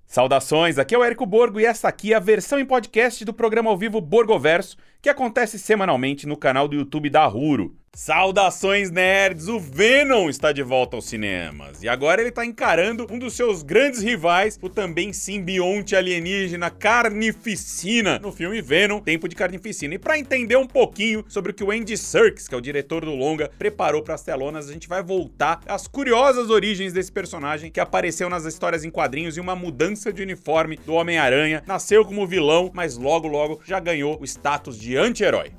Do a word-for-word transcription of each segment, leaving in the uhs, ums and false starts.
Saudações, aqui é o Érico Borgo e essa aqui é a versão em podcast do programa ao vivo Borgoverso, que acontece semanalmente no canal do YouTube da Huro. Saudações, nerds! O Venom está de volta aos cinemas. E agora ele está encarando um dos seus grandes rivais, o também simbionte alienígena Carnificina, no filme Venom, Tempo de Carnificina. E para entender um pouquinho sobre o que o Andy Serkis, que é o diretor do longa, preparou para as telonas, a gente vai voltar às curiosas origens desse personagem que apareceu nas histórias em quadrinhos e uma mudança de uniforme do Homem-Aranha. Nasceu como vilão, mas logo logo já ganhou o status de anti-herói.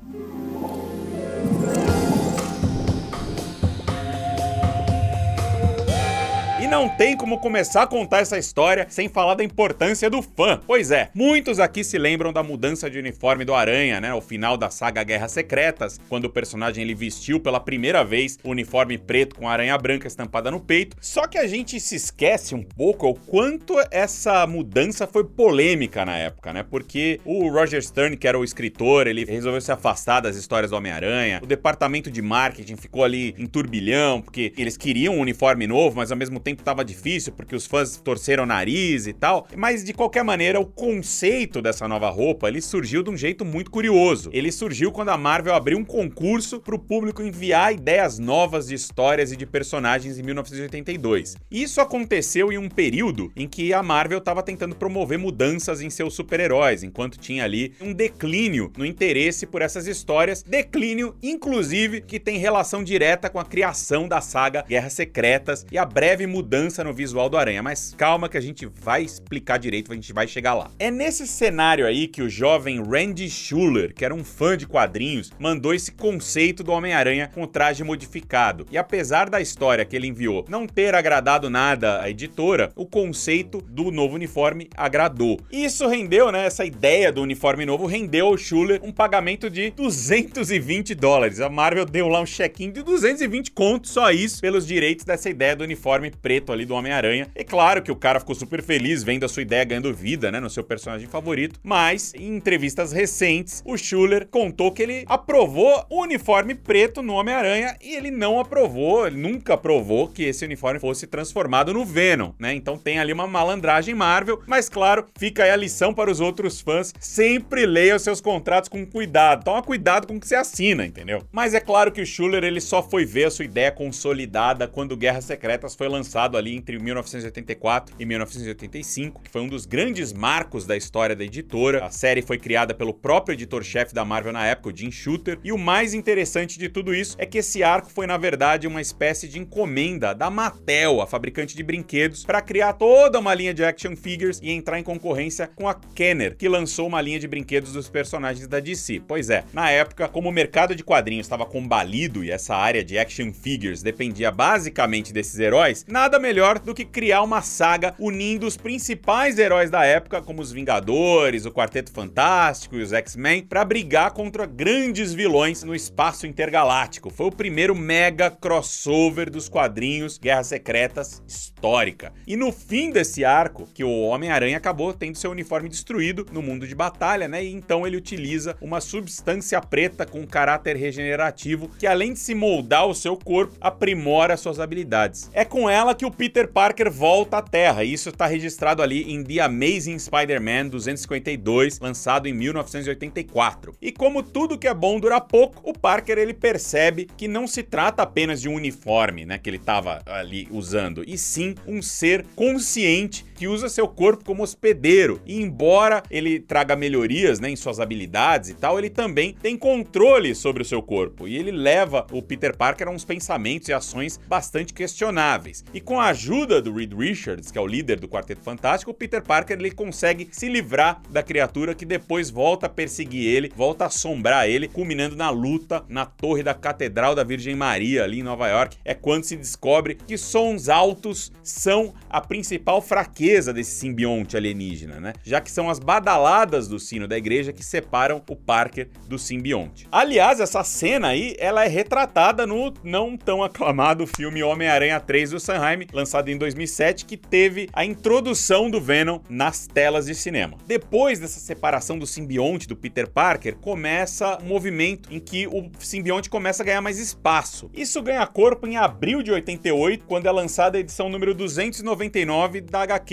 Não tem como começar a contar essa história sem falar da importância do fã. Pois é, muitos aqui se lembram da mudança de uniforme do Aranha, né, ao final da saga Guerras Secretas, quando o personagem ele vestiu pela primeira vez o uniforme preto com a aranha branca estampada no peito. Só que a gente se esquece um pouco o quanto essa mudança foi polêmica na época, né, porque o Roger Stern, que era o escritor, ele resolveu se afastar das histórias do Homem-Aranha, o departamento de marketing ficou ali em turbilhão, porque eles queriam um uniforme novo, mas ao mesmo tempo tava difícil porque os fãs torceram o nariz e tal, mas de qualquer maneira o conceito dessa nova roupa, ele surgiu de um jeito muito curioso. Ele surgiu quando a Marvel abriu um concurso pro público enviar ideias novas de histórias e de personagens em mil novecentos e oitenta e dois. Isso aconteceu em um período em que a Marvel tava tentando promover mudanças em seus super-heróis, enquanto tinha ali um declínio no interesse por essas histórias, declínio inclusive que tem relação direta com a criação da saga Guerras Secretas e a breve mudança mudança no visual do Aranha, mas calma que a gente vai explicar direito, a gente vai chegar lá. É nesse cenário aí que o jovem Randy Schuller, que era um fã de quadrinhos, mandou esse conceito do Homem-Aranha com traje modificado. E apesar da história que ele enviou não ter agradado nada à editora, o conceito do novo uniforme agradou. Isso rendeu, né, essa ideia do uniforme novo rendeu ao Schuller um pagamento de duzentos e vinte dólares. A Marvel deu lá um check-in de duzentos e vinte contos, só isso, pelos direitos dessa ideia do uniforme preto ali do Homem-Aranha. É claro que o cara ficou super feliz vendo a sua ideia ganhando vida, né, no seu personagem favorito, mas em entrevistas recentes, o Schuller contou que ele aprovou o uniforme preto no Homem-Aranha e ele não aprovou, ele nunca aprovou que esse uniforme fosse transformado no Venom, né? Então tem ali uma malandragem Marvel, mas claro, fica aí a lição para os outros fãs, sempre leia os seus contratos com cuidado, toma cuidado com o que você assina, entendeu? Mas é claro que o Schuller, ele só foi ver a sua ideia consolidada quando Guerras Secretas foi lançado ali entre mil novecentos e oitenta e quatro e mil novecentos e oitenta e cinco, que foi um dos grandes marcos da história da editora. A série foi criada pelo próprio editor-chefe da Marvel na época, o Jim Shooter, e o mais interessante de tudo isso é que esse arco foi, na verdade, uma espécie de encomenda da Mattel, a fabricante de brinquedos, para criar toda uma linha de action figures e entrar em concorrência com a Kenner, que lançou uma linha de brinquedos dos personagens da D C. Pois é, na época, como o mercado de quadrinhos estava combalido e essa área de action figures dependia basicamente desses heróis, nada melhor do que criar uma saga unindo os principais heróis da época, como os Vingadores, o Quarteto Fantástico e os X-Men, para brigar contra grandes vilões no espaço intergaláctico. Foi o primeiro mega crossover dos quadrinhos Guerras Secretas histórica. E no fim desse arco, que o Homem-Aranha acabou tendo seu uniforme destruído no mundo de batalha, né? E então ele utiliza uma substância preta com caráter regenerativo que, além de se moldar o seu corpo, aprimora suas habilidades. É com ela que o Peter Parker volta à Terra, e isso está registrado ali em The Amazing Spider-Man duzentos e cinquenta e dois, lançado em mil novecentos e oitenta e quatro. E como tudo que é bom dura pouco, o Parker ele percebe que não se trata apenas de um uniforme, né, que ele estava ali usando, e sim um ser consciente que usa seu corpo como hospedeiro. E embora ele traga melhorias, né, em suas habilidades e tal, ele também tem controle sobre o seu corpo, e ele leva o Peter Parker a uns pensamentos e ações bastante questionáveis. E com a ajuda do Reed Richards, que é o líder do Quarteto Fantástico, o Peter Parker ele consegue se livrar da criatura que depois volta a perseguir ele, volta a assombrar ele, culminando na luta na torre da Catedral da Virgem Maria, ali em Nova York. É quando se descobre que sons altos são a principal fraqueza desse simbionte alienígena, né? Já que são as badaladas do sino da igreja que separam o Parker do simbionte. Aliás, essa cena aí, ela é retratada no não tão aclamado filme Homem-Aranha três do Sam Raimi, lançado em dois mil e sete, que teve a introdução do Venom nas telas de cinema. Depois dessa separação do simbionte do Peter Parker, começa um movimento em que o simbionte começa a ganhar mais espaço. Isso ganha corpo em abril de oitenta e oito, quando é lançada a edição número duzentos e noventa e nove da agá quê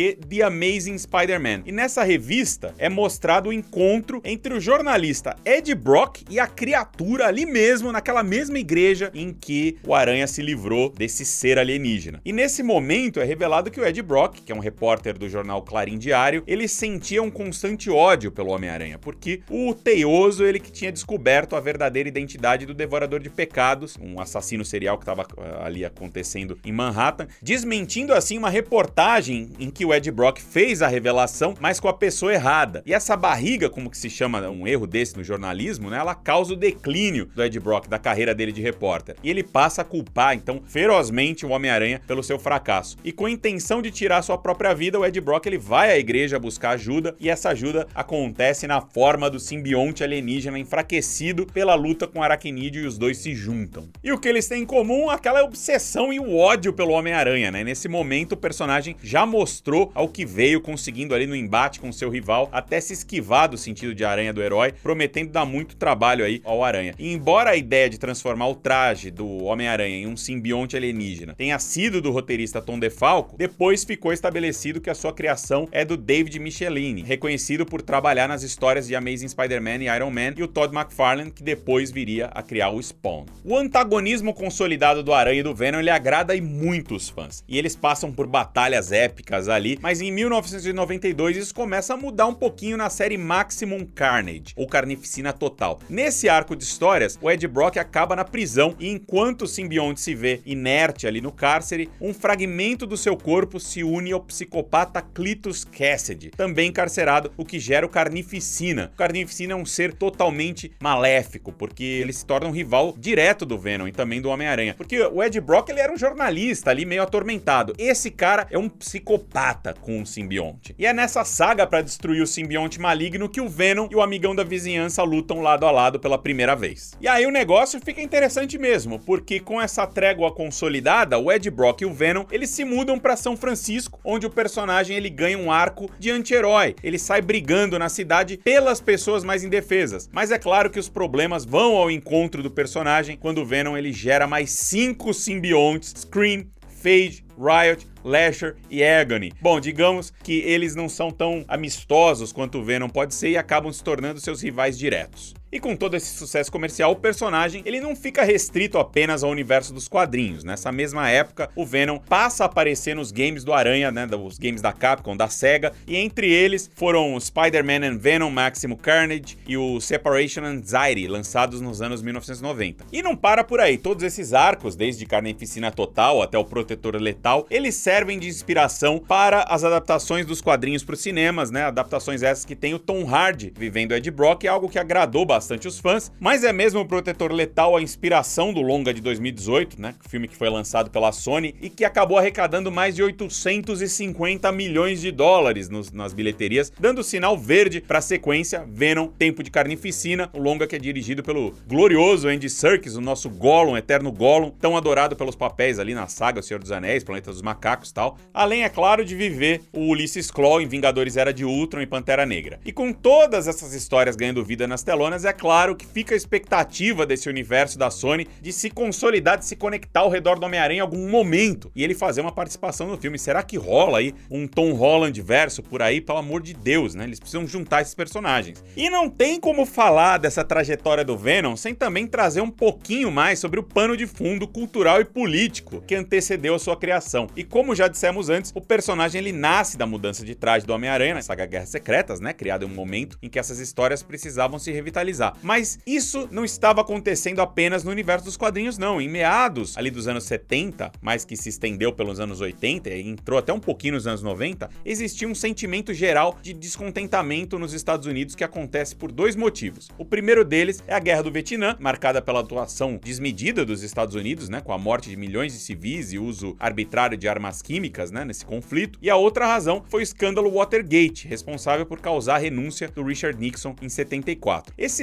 ler The Amazing Spider-Man. E nessa revista é mostrado o encontro entre o jornalista Ed Brock e a criatura ali mesmo, naquela mesma igreja em que o Aranha se livrou desse ser alienígena. E nesse momento é revelado que o Ed Brock, que é um repórter do jornal Clarim Diário, ele sentia um constante ódio pelo Homem-Aranha, porque o teioso, ele que tinha descoberto a verdadeira identidade do Devorador de Pecados, um assassino serial que estava uh, ali acontecendo em Manhattan, desmentindo assim uma reportagem em que o Ed Brock fez a revelação, mas com a pessoa errada. E essa barriga, como que se chama um erro desse no jornalismo, né, ela causa o declínio do Ed Brock, da carreira dele de repórter. E ele passa a culpar, então, ferozmente o Homem-Aranha pelo seu fracasso. E com a intenção de tirar sua própria vida, o Ed Brock ele vai à igreja buscar ajuda, e essa ajuda acontece na forma do simbionte alienígena enfraquecido pela luta com o Aracnídeo, e os dois se juntam. E o que eles têm em comum? Aquela obsessão e o ódio pelo Homem-Aranha, né? Nesse momento o personagem já mostrou ao que veio, conseguindo ali no embate com seu rival até se esquivar do sentido de aranha do herói, prometendo dar muito trabalho aí ao Aranha. E embora a ideia de transformar o traje do Homem-Aranha em um simbionte alienígena tenha sido do roteirista Tom DeFalco, depois ficou estabelecido que a sua criação é do David Michelinie, reconhecido por trabalhar nas histórias de Amazing Spider-Man e Iron Man, e o Todd McFarlane, que depois viria a criar o Spawn. O antagonismo consolidado do Aranha e do Venom, ele agrada e muitos fãs, e eles passam por batalhas épicas ali, mas em mil novecentos e noventa e dois isso começa a mudar um pouquinho na série Maximum Carnage, ou Carnificina Total. Nesse arco de histórias, o Ed Brock acaba na prisão, e enquanto o simbionte se vê inerte ali no cárcere, um fragmento do seu corpo se une ao psicopata Cletus Cassidy, também encarcerado, o que gera o Carnificina. O Carnificina é um ser totalmente maléfico, porque ele se torna um rival direto do Venom e também do Homem-Aranha, porque o Ed Brock ele era um jornalista ali meio atormentado. Esse cara é um psicopata com um simbionte. E é nessa saga pra destruir o simbionte maligno que o Venom e o amigão da vizinhança lutam lado a lado pela primeira vez. E aí o negócio fica interessante mesmo, porque com essa trégua consolidada, o Ed Brock e o Venom, eles se mudam pra São Francisco, onde o personagem ele ganha um arco de anti-herói. Ele sai brigando na cidade pelas pessoas mais indefesas. Mas é claro que os problemas vão ao encontro do personagem quando o Venom ele gera mais cinco simbiontes: Scream, Phage, Riot, Lasher e Agony. Bom, digamos que eles não são tão amistosos quanto o Venom pode ser e acabam se tornando seus rivais diretos. E com todo esse sucesso comercial, o personagem ele não fica restrito apenas ao universo dos quadrinhos. Nessa mesma época, o Venom passa a aparecer nos games do Aranha, né, os games da Capcom, da Sega, e entre eles foram o Spider-Man and Venom Maximum Carnage e o Separation Anxiety, lançados nos anos mil novecentos e noventa. E não para por aí, todos esses arcos, desde Carnificina Total até o Protetor Letal, eles servem de inspiração para as adaptações dos quadrinhos para os cinemas, né, adaptações essas que tem o Tom Hardy vivendo Ed Brock, algo que agradou bastante bastante os fãs, mas é mesmo o Protetor Letal a inspiração do longa de dois mil e dezoito, né, filme que foi lançado pela Sony e que acabou arrecadando mais de oitocentos e cinquenta milhões de dólares nos, nas bilheterias, dando sinal verde para a sequência Venom, Tempo de Carnificina, o longa que é dirigido pelo glorioso Andy Serkis, o nosso Gollum, eterno Gollum, tão adorado pelos papéis ali na saga O Senhor dos Anéis, Planeta dos Macacos e tal, além, é claro, de viver o Ulysses Klaue em Vingadores Era de Ultron e Pantera Negra. E com todas essas histórias ganhando vida nas telonas, é claro que fica a expectativa desse universo da Sony de se consolidar, de se conectar ao redor do Homem-Aranha em algum momento e ele fazer uma participação no filme. Será que rola aí um Tom Holland verso por aí? Pelo amor de Deus, né? Eles precisam juntar esses personagens. E não tem como falar dessa trajetória do Venom sem também trazer um pouquinho mais sobre o pano de fundo cultural e político que antecedeu a sua criação. E como já dissemos antes, o personagem ele nasce da mudança de traje do Homem-Aranha na saga Guerras Secretas, né? Criado em um momento em que essas histórias precisavam se revitalizar. Mas isso não estava acontecendo apenas no universo dos quadrinhos, não. Em meados ali dos anos setenta, mas que se estendeu pelos anos oitenta e entrou até um pouquinho nos anos noventa, existia um sentimento geral de descontentamento nos Estados Unidos que acontece por dois motivos. O primeiro deles é a Guerra do Vietnã, marcada pela atuação desmedida dos Estados Unidos, né, com a morte de milhões de civis e uso arbitrário de armas químicas, né, nesse conflito. E a outra razão foi o escândalo Watergate, responsável por causar a renúncia do Richard Nixon em setenta e quatro. Esses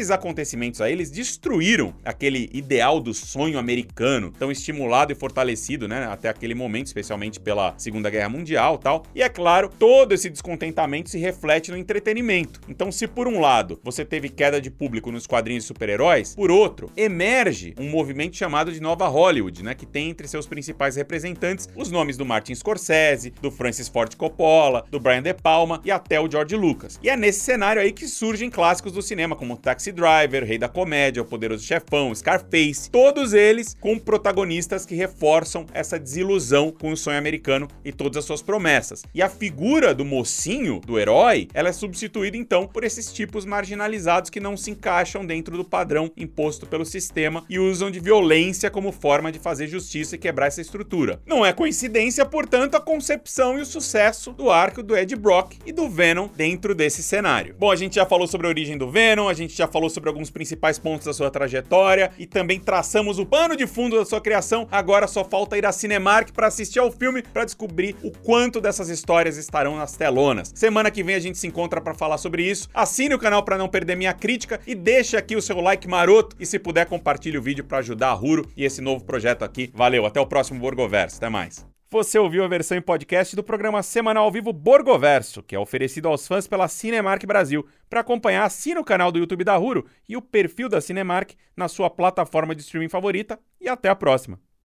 esses acontecimentos aí, eles destruíram aquele ideal do sonho americano, tão estimulado e fortalecido, né, até aquele momento, especialmente pela Segunda Guerra Mundial e tal. E é claro, todo esse descontentamento se reflete no entretenimento. Então, se por um lado você teve queda de público nos quadrinhos de super-heróis, por outro, emerge um movimento chamado de Nova Hollywood, né, que tem entre seus principais representantes os nomes do Martin Scorsese, do Francis Ford Coppola, do Brian De Palma e até o George Lucas. E é nesse cenário aí que surgem clássicos do cinema como Taxi Driver, Rei da Comédia, O Poderoso Chefão, Scarface, todos eles com protagonistas que reforçam essa desilusão com o sonho americano e todas as suas promessas. E a figura do mocinho, do herói, ela é substituída então por esses tipos marginalizados que não se encaixam dentro do padrão imposto pelo sistema e usam de violência como forma de fazer justiça e quebrar essa estrutura. Não é coincidência, portanto, a concepção e o sucesso do arco do Ed Brock e do Venom dentro desse cenário. Bom, a gente já falou sobre a origem do Venom, a gente já falou sobre alguns principais pontos da sua trajetória e também traçamos o pano de fundo da sua criação. Agora só falta ir à Cinemark para assistir ao filme para descobrir o quanto dessas histórias estarão nas telonas. Semana que vem a gente se encontra para falar sobre isso. Assine o canal para não perder minha crítica e deixa aqui o seu like maroto e, se puder, compartilhe o vídeo para ajudar a Ruro e esse novo projeto aqui. Valeu, até o próximo Borgoverso. Até mais. Você ouviu a versão em podcast do programa semanal ao vivo Borgoverso, que é oferecido aos fãs pela Cinemark Brasil. Para acompanhar, assina o canal do YouTube da Ruro e o perfil da Cinemark na sua plataforma de streaming favorita. E até a próxima.